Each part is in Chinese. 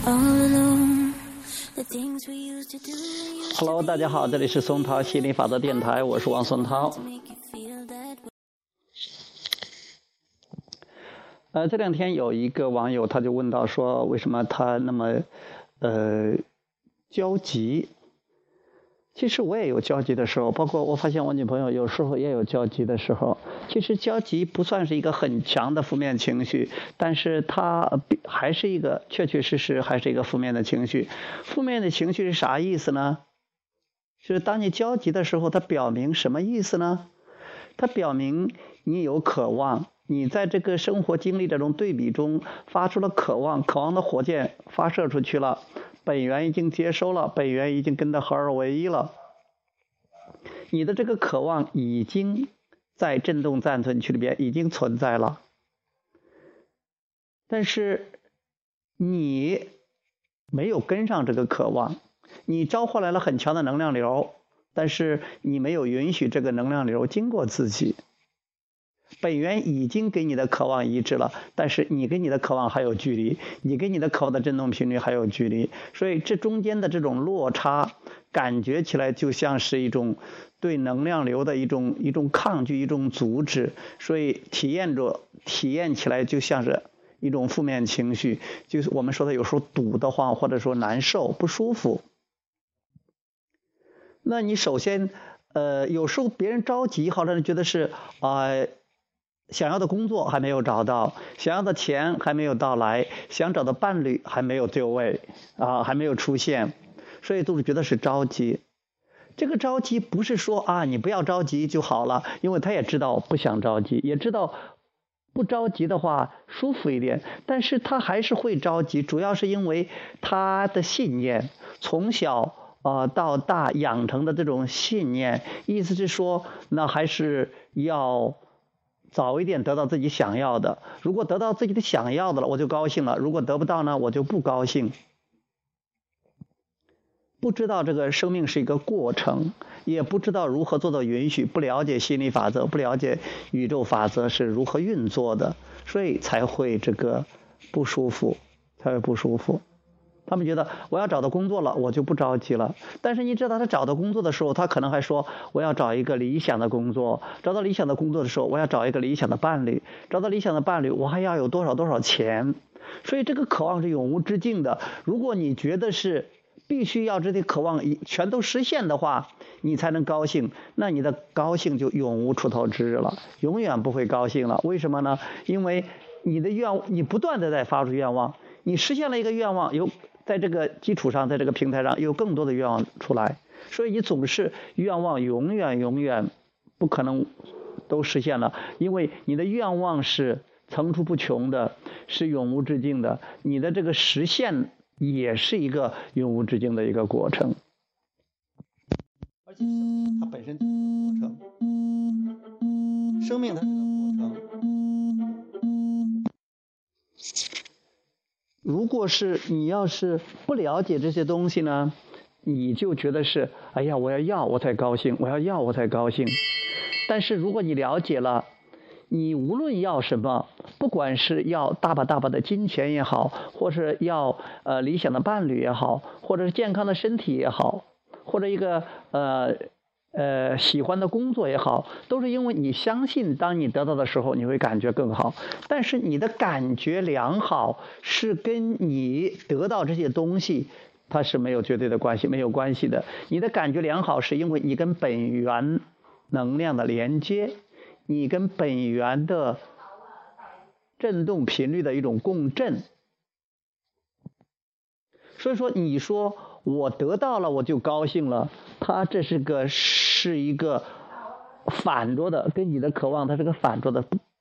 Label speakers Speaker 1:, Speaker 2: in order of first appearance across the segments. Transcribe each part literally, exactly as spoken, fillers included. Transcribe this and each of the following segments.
Speaker 1: Hello， 大家好，这里是松涛心理法则电台，我是王松涛。呃，这两天有一个网友他就问到说，为什么他那么呃焦急？其实我也有焦急的时候，包括我发现我女朋友有时候也有焦急的时候。其实焦急不算是一个很强的负面情绪，但是它还是一个确确实实还是一个负面的情绪。负面的情绪是啥意思呢？就是当你焦急的时候，它表明什么意思呢？它表明你有渴望，你在这个生活经历这种对比中发出了渴望，渴望的火箭发射出去了，本源已经接收了，本源已经跟它合二为一了。你的这个渴望已经在振动暂存区里边已经存在了，但是你没有跟上这个渴望，你召唤来了很强的能量流，但是你没有允许这个能量流经过自己。本源已经给你的渴望一致了，但是你跟你的渴望还有距离，你跟你的渴望的振动频率还有距离，所以这中间的这种落差感觉起来就像是一种对能量流的一种一种抗拒，一种阻止，所以体验着体验起来就像是一种负面情绪，就是我们说的有时候堵得慌，或者说难受不舒服。那你首先呃有时候别人着急，好像觉得是啊、呃想要的工作还没有找到，想要的钱还没有到来，想找的伴侣还没有就位啊，还没有出现，所以都是觉得是着急。这个着急不是说啊你不要着急就好了，因为他也知道不想着急，也知道不着急的话舒服一点，但是他还是会着急，主要是因为他的信念从小呃到大养成的这种信念，意思是说那还是要早一点得到自己想要的，如果得到自己的想要的了我就高兴了，如果得不到呢我就不高兴。不知道这个生命是一个过程，也不知道如何做到允许，不了解心理法则，不了解宇宙法则是如何运作的，所以才会这个不舒服，才会不舒服。他们觉得我要找到工作了我就不着急了，但是你知道他找到工作的时候，他可能还说我要找一个理想的工作，找到理想的工作的时候我要找一个理想的伴侣，找到理想的伴侣我还要有多少多少钱。所以这个渴望是永无止境的，如果你觉得是必须要这些渴望全都实现的话你才能高兴，那你的高兴就永无出头之日了，永远不会高兴了。为什么呢？因为你的愿你不断的在发出愿望，你实现了一个愿望，有在这个基础上，在这个平台上有更多的愿望出来，所以你总是愿望永远永远不可能都实现了，因为你的愿望是层出不穷的，是永无止境的，你的这个实现也是一个永无止境的一个过程，而且它本身就是个过程，生命它是个过程。如果是你要是不了解这些东西呢，你就觉得是哎呀我要要我才高兴，我要要我才高兴。但是如果你了解了，你无论要什么，不管是要大把大把的金钱也好，或是要呃理想的伴侣也好，或者是健康的身体也好，或者一个呃呃喜欢的工作也好，都是因为你相信当你得到的时候你会感觉更好。但是你的感觉良好是跟你得到这些东西它是没有绝对的关系，没有关系的。你的感觉良好是因为你跟本源能量的连接，你跟本源的振动频率的一种共振。所以说你说我得到了我就高兴了，它这是个是一个反着的，跟你的渴望它是个反着的，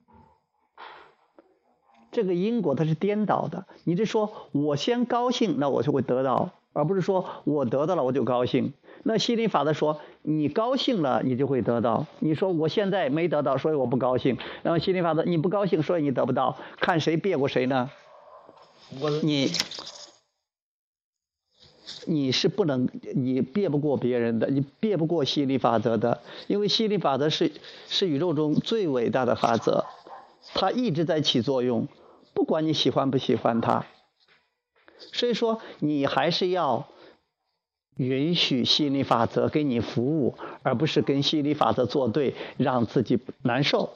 Speaker 1: 这个因果它是颠倒的。你就说我先高兴那我就会得到，而不是说我得到了我就高兴。那心理法则说你高兴了你就会得到，你说我现在没得到所以我不高兴，然后心理法则你不高兴所以你得不到，看谁别过谁呢？你你是不能你别不过别人的，你别不过心理法则的，因为心理法则是是宇宙中最伟大的法则，它一直在起作用，不管你喜欢不喜欢它。 所以说你还是要允许吸引力法则给你服务，而不是跟吸引力法则作对，让自己难受。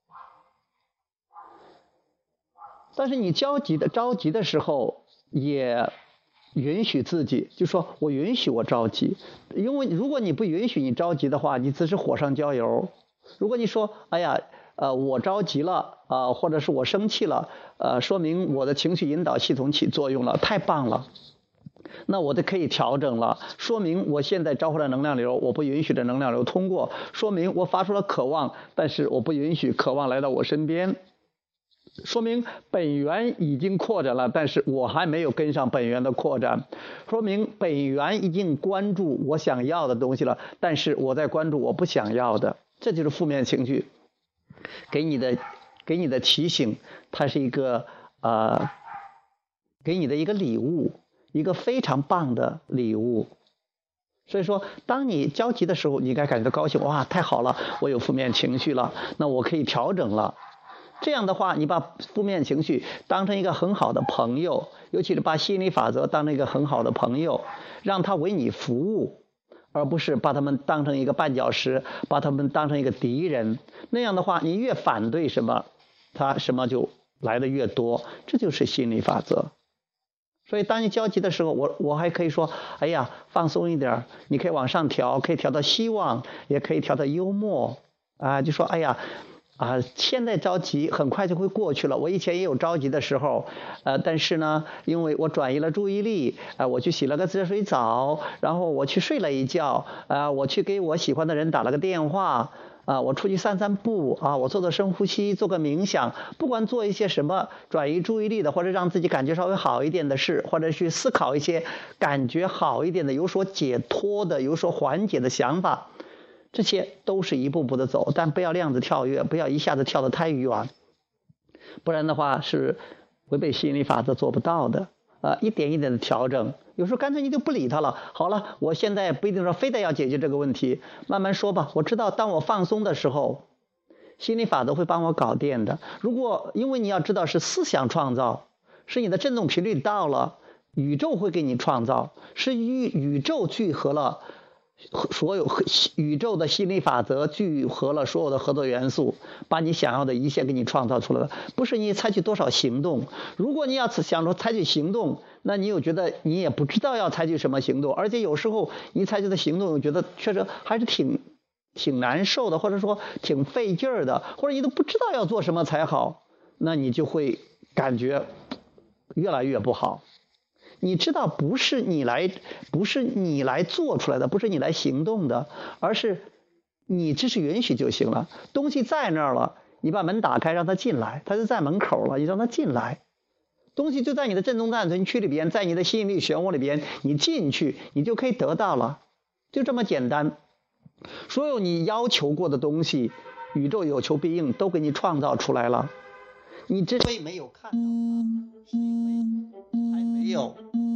Speaker 1: 但是你焦急的着急的时候，也允许自己，就说我允许我着急，因为如果你不允许你着急的话，你只是火上浇油。如果你说哎呀呃我着急了啊、呃，或者是我生气了，呃说明我的情绪引导系统起作用了，太棒了，那我就可以调整了，说明我现在召回了能量流，我不允许的能量流通过，说明我发出了渴望，但是我不允许渴望来到我身边，说明本源已经扩展了，但是我还没有跟上本源的扩展，说明本源已经关注我想要的东西了，但是我在关注我不想要的。这就是负面情绪给你的给你的提醒，它是一个呃给你的一个礼物，一个非常棒的礼物。所以说当你焦急的时候，你应该感觉到高兴，哇太好了，我有负面情绪了，那我可以调整了。这样的话，你把负面情绪当成一个很好的朋友，尤其是把吸引力法则当成一个很好的朋友，让它为你服务，而不是把他们当成一个绊脚石，把他们当成一个敌人。那样的话，你越反对什么，它什么就来的越多，这就是吸引力法则。所以当你焦急的时候，我我还可以说，哎呀放松一点，你可以往上调，可以调到希望，也可以调到幽默啊，就说哎呀啊，现在着急很快就会过去了，我以前也有着急的时候，呃，但是呢，因为我转移了注意力，啊、呃，我去洗了个热水澡，然后我去睡了一觉，啊、呃，我去给我喜欢的人打了个电话，啊、呃，我出去散散步，啊、呃，我做做深呼吸，做个冥想，不管做一些什么转移注意力的，或者让自己感觉稍微好一点的事，或者去思考一些感觉好一点的、有所解脱的、有所缓解的想法。这些都是一步步的走，但不要量子跳跃，不要一下子跳得太远，不然的话是违背吸引力法则做不到的。呃，一点一点的调整，有时候干脆你就不理他了。好了，我现在不一定说非得要解决这个问题，慢慢说吧。我知道当我放松的时候，吸引力法则会帮我搞定的。如果因为你要知道是思想创造，是你的振动频率到了，宇宙会给你创造，是宇宇宙聚合了。所有宇宙的吸引力法则聚合了所有的合作元素，把你想要的一切给你创造出来了，不是你采取多少行动。如果你要想着采取行动，那你又觉得你也不知道要采取什么行动，而且有时候你采取的行动又觉得确实还是挺挺难受的，或者说挺费劲儿的，或者你都不知道要做什么才好，那你就会感觉越来越不好。你知道不是你来不是你来做出来的，不是你来行动的，而是你只是允许就行了。东西在那儿了，你把门打开让它进来，它就在门口了，你让它进来。东西就在你的振动暂存区里边，在你的吸引力漩涡里边，你进去你就可以得到了，就这么简单。所有你要求过的东西，宇宙有求必应，都给你创造出来了。你之所以没有看到它，是因为还没有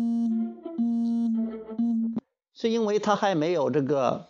Speaker 1: 是因为它还没有这个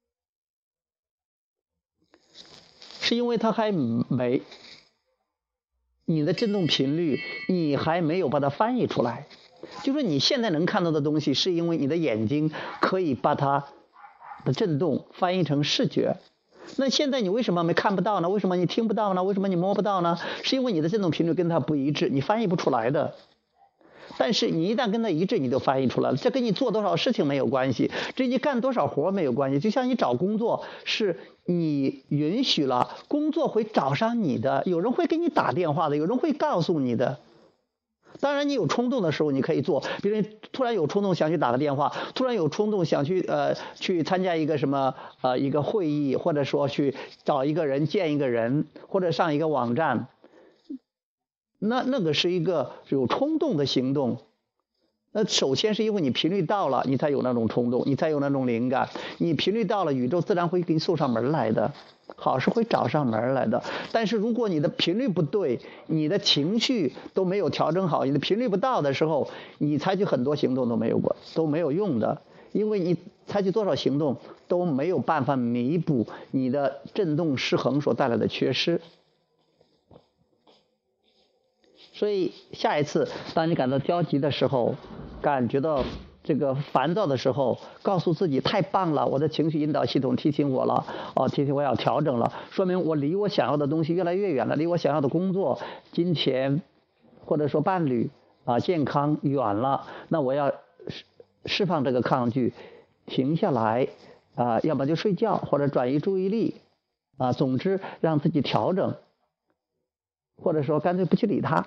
Speaker 1: 是因为它还没你的振动频率你还没有把它翻译出来，就是你现在能看到的东西，是因为你的眼睛可以把它的振动翻译成视觉。那现在你为什么没看不到呢？为什么你听不到呢？为什么你摸不到呢？是因为你的振动频率跟它不一致，你翻译不出来的。但是你一旦跟它一致，你就翻译出来了。这跟你做多少事情没有关系，这你干多少活没有关系。就像你找工作，是你允许了，工作会找上你的，有人会给你打电话的，有人会告诉你的。当然你有冲动的时候你可以做，比如你突然有冲动想去打个电话，突然有冲动想去呃去参加一个什么呃一个会议，或者说去找一个人见一个人，或者上一个网站，那那个是一个有冲动的行动。那首先是因为你频率到了，你才有那种冲动，你才有那种灵感，你频率到了，宇宙自然会给你送上门来的，好事会找上门来的。但是如果你的频率不对，你的情绪都没有调整好，你的频率不到的时候，你采取很多行动都没有过都没有用的，因为你采取多少行动都没有办法弥补你的振动失衡所带来的缺失。 所以下一次当你感到焦急的时候，感觉到这个烦躁的时候，告诉自己太棒了，我的情绪引导系统提醒我了，哦，提醒我要调整了，说明我离我想要的东西越来越远了，离我想要的工作、金钱或者说伴侣啊、健康远了，那我要释释放这个抗拒，停下来啊，要么就睡觉或者转移注意力啊，总之让自己调整，或者说干脆不去理它。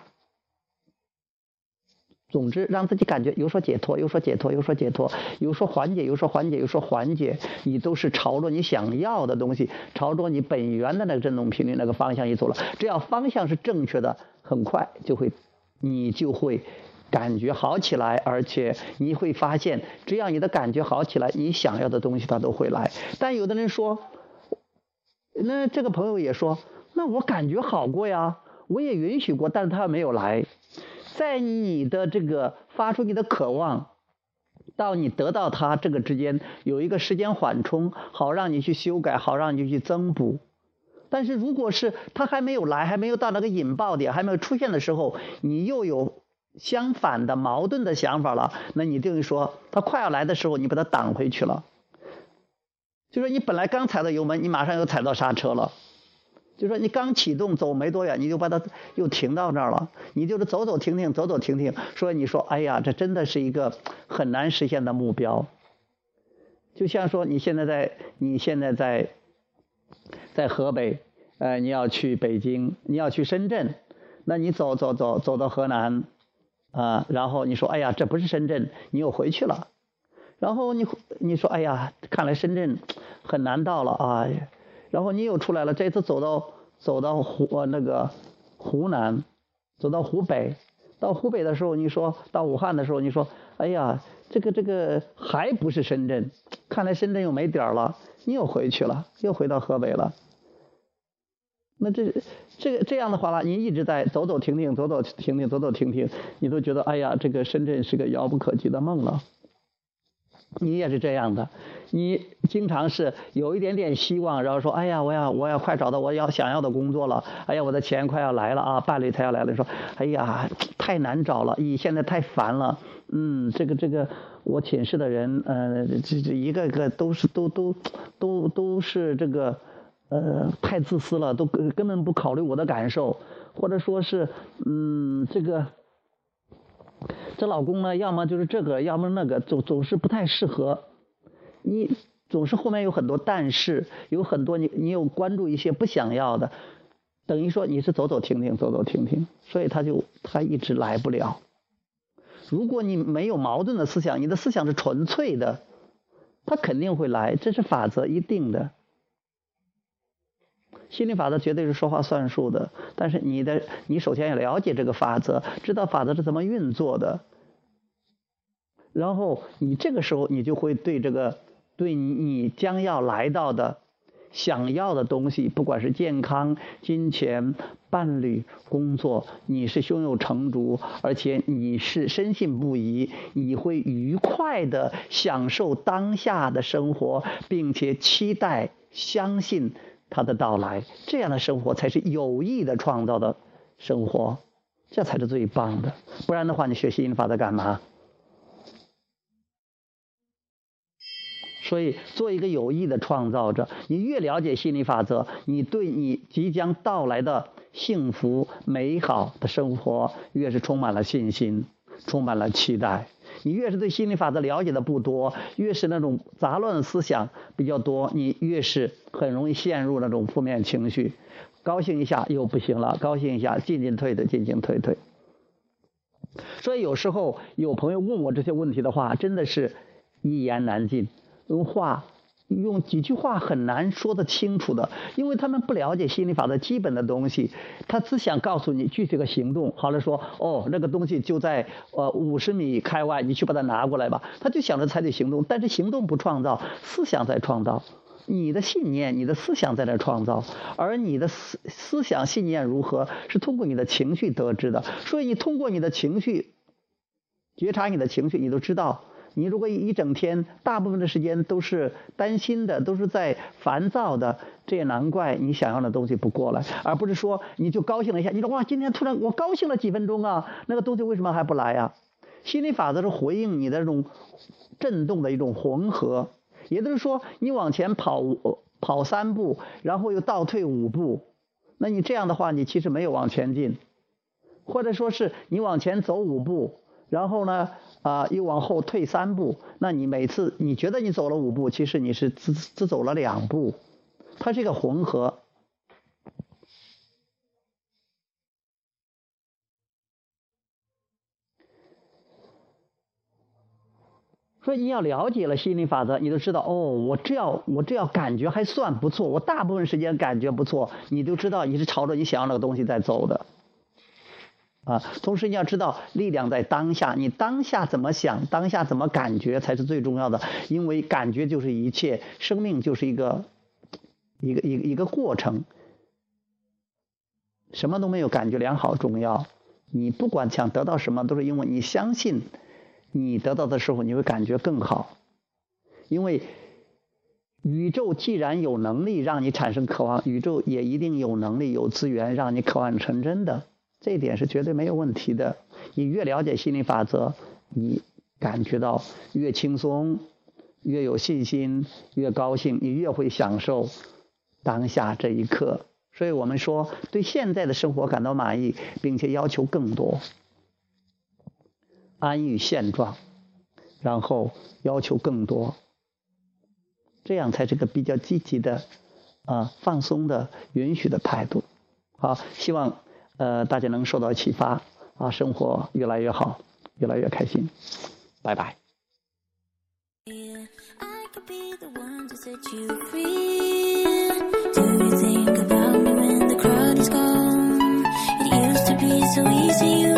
Speaker 1: 总之让自己感觉有所解脱，有所解脱，有所解脱，有所缓解，有所缓解，有所缓解，你都是朝着你想要的东西，朝着你本源的那个振动频率那个方向一走了。只要方向是正确的，很快就会你就会感觉好起来，而且你会发现只要你的感觉好起来，你想要的东西它都会来。但有的人说，那这个朋友也说，那我感觉好过呀，我也允许过，但是他没有来。在你的这个发出你的渴望到你得到它这个之间有一个时间缓冲，好让你去修改，好让你去增补。但是如果是它还没有来，还没有到那个引爆点，还没有出现的时候，你又有相反的矛盾的想法了，那你等于说它快要来的时候你把它挡回去了，就说你本来刚踩到油门，你马上又踩到刹车了，就说你刚启动走没多远，你就把它又停到那儿了，你就是走走停停，走走停停。所以你说，哎呀，这真的是一个很难实现的目标。就像说你现在在，你现在在，在河北，呃，你要去北京，你要去深圳，那你走走走走到河南，啊、呃，然后你说，哎呀，这不是深圳，你又回去了。然后你你说，哎呀，看来深圳很难到了啊。然后你又出来了，这次走到走到湖、呃、那个湖南，走到湖北，到湖北的时候，你说到武汉的时候，你说，哎呀，这个这个还不是深圳，看来深圳又没点了，你又回去了，又回到河北了。那这这个这样的话了，你一直在走走停停，走走停停，走走停停，你都觉得，哎呀，这个深圳是个遥不可及的梦了。你也是这样的，你经常是有一点点希望，然后说，哎呀，我要我要快找到我要想要的工作了，哎呀，我的钱快要来了啊，伴侣才要来了，说，哎呀，太难找了，咦，现在太烦了，嗯，这个这个我寝室的人，呃，这这一个个都是都都都都是这个，呃，太自私了，都根本不考虑我的感受，或者说是，嗯，这个。这老公呢，要么就是这个，要么那个，总总是不太适合。你总是后面有很多但是，有很多你你有关注一些不想要的，等于说你是走走停停，走走停停，所以他就他一直来不了。如果你没有矛盾的思想，你的思想是纯粹的，他肯定会来，这是法则一定的。心理法则绝对是说话算数的，但是你的你首先要了解这个法则，知道法则是怎么运作的，然后你这个时候你就会对这个对你将要来到的想要的东西，不管是健康、金钱、伴侣、工作，你是胸有成竹，而且你是深信不疑，你会愉快的享受当下的生活，并且期待相信它的到来，这样的生活才是有意的创造的生活，这才是最棒的。不然的话，你学吸引法则干嘛？所以做一个有意的创造者，你越了解心理法则，你对你即将到来的幸福美好的生活越是充满了信心，充满了期待。你越是对心理法则了解的不多，越是那种杂乱的思想比较多，你越是很容易陷入那种负面情绪，高兴一下又不行了，高兴一下进进退退，进进退退。所以有时候有朋友问我这些问题的话，真的是一言难尽，用话用几句话很难说得清楚的，因为他们不了解心理法则基本的东西，他只想告诉你具体的行动。好了说，哦，那个东西就在呃五十米开外，你去把它拿过来吧，他就想着采取行动，但是行动不创造，思想在创造，你的信念你的思想在那创造，而你的思思想信念如何是通过你的情绪得知的，所以你通过你的情绪觉察你的情绪，你都知道你如果一整天大部分的时间都是担心的，都是在烦躁的，这也难怪你想要的东西不过来，而不是说你就高兴了一下，你说哇，今天突然我高兴了几分钟啊，那个东西为什么还不来啊？心理法则是回应你的这种震动的一种混合，也就是说，你往前跑跑三步，然后又倒退五步，那你这样的话，你其实没有往前进，或者说是你往前走五步，然后呢？啊、呃，又往后退三步，那你每次你觉得你走了五步，其实你是只只走了两步，它是一个混合。所以你要了解了心理法则，你就知道哦，我这样我这样感觉还算不错，我大部分时间感觉不错，你就知道你是朝着你想要那个东西在走的。啊，同时你要知道力量在当下，你当下怎么想，当下怎么感觉才是最重要的，因为感觉就是一切，生命就是一个一个一个一个过程，什么都没有感觉良好重要，你不管想得到什么，都是因为你相信你得到的时候你会感觉更好，因为宇宙既然有能力让你产生渴望，宇宙也一定有能力有资源让你渴望成真的，这一点是绝对没有问题的。你越了解心理法则，你感觉到越轻松，越有信心，越高兴，你越会享受当下这一刻。所以我们说，对现在的生活感到满意，并且要求更多，安于现状，然后要求更多，这样才是个比较积极的、啊放松的、允许的态度。好，希望呃大家能受到启发啊，生活越来越好，越来越开心。拜拜。
Speaker 2: So easy